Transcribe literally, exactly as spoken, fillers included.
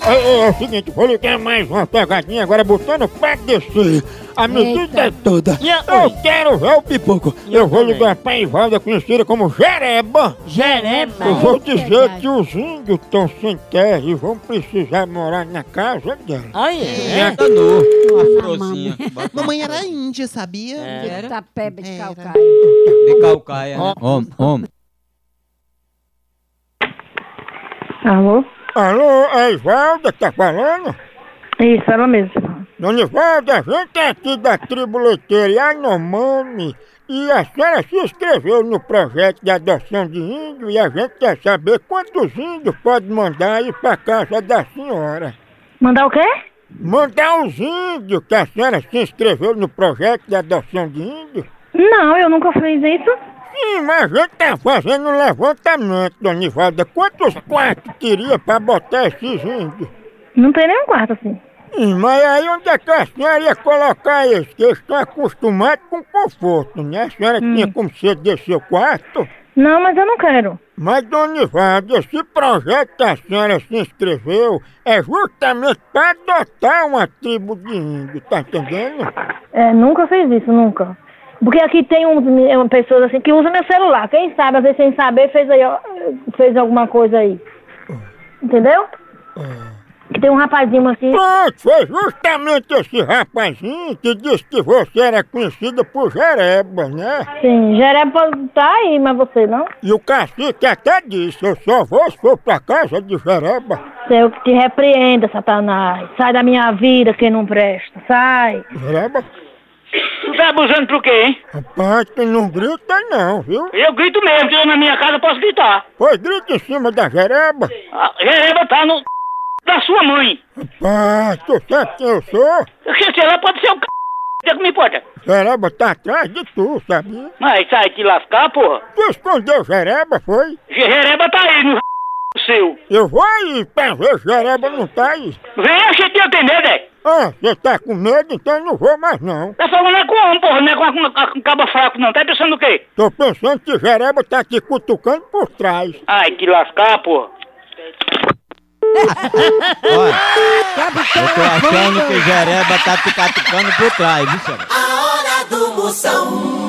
é, é o seguinte, vou ligar mais uma pegadinha agora botando pra descer. A medida é toda. Eu quero ver o pipoco. Eu vou ligar pra Ivalda, conhecida como Jereba. Jereba? Eu vou dizer que os índios estão sem terra e vão precisar morar na casa dela. Ai, é? É. Danou. Uma frozinha. Mamãe era índia, sabia? É. Tapeba de Era. calcaia. De calcaia, né? Homem, homem. Alô? Alô, a Ivalda tá falando? Isso, ela mesma. Dona Ivalda, a gente é aqui da tribo leiteira Yanomami e a senhora se inscreveu no projeto de adoção de índio e a gente quer saber quantos índios pode mandar aí pra casa da senhora. Mandar o quê? Mandar os índios que a senhora se inscreveu no projeto de adoção de índio? Não, eu nunca fiz isso. Sim, mas a gente tá fazendo um levantamento, Dona Ivalda. Quantos quartos teria pra botar esses índios? Não tem nenhum quarto assim. Sim, mas aí onde é que a senhora ia colocar eles? Que eles estão acostumados com conforto, né? A senhora Hum. tinha como ceder seu quarto? Não, mas eu não quero. Mas, Dona Ivalda, esse projeto que a senhora se inscreveu é justamente para adotar uma tribo de índio, tá entendendo? É, nunca fiz isso, nunca. Porque aqui tem uns, um, pessoas assim que usam meu celular. Quem sabe, às vezes sem saber, fez, aí, ó, fez alguma coisa aí. Entendeu? Que tem um rapazinho assim. Pronto, foi justamente esse rapazinho que disse que você era conhecida por Jereba, né? Sim, Jereba tá aí, mas você não. E o cacique até disse, eu só vou se for pra casa de Jereba. Eu que te repreenda, Satanás. Sai da minha vida, quem não presta. Sai. Jereba? Tu tá abusando pro quê, hein? Rapaz, tu não grita não, viu? Eu grito mesmo, que eu na minha casa eu posso gritar. Pois grita em cima da Jereba. A Jereba tá no... da sua mãe. Rapaz, tu sabe quem eu sou? Se sei lá, pode ser o c... que me importa. Jereba tá atrás de tu, sabia? Mas sai te lascar, porra. Tu escondeu Jereba, foi? Jereba tá aí no seu. Eu vou aí pra ver se Jereba não tá aí. Vem, achei que eu tenho medo, é? Ah, você tá com medo, então eu não vou mais não. Tá falando é com homem, porra, não é com, com, com, com cabo fraco, não. Tá pensando o quê? Tô pensando que Jereba tá te cutucando por trás. Ai, te lascar, porra. Olha, eu tô achando que Jereba tá te catucando por trás, viu, senhora? A hora do Moção.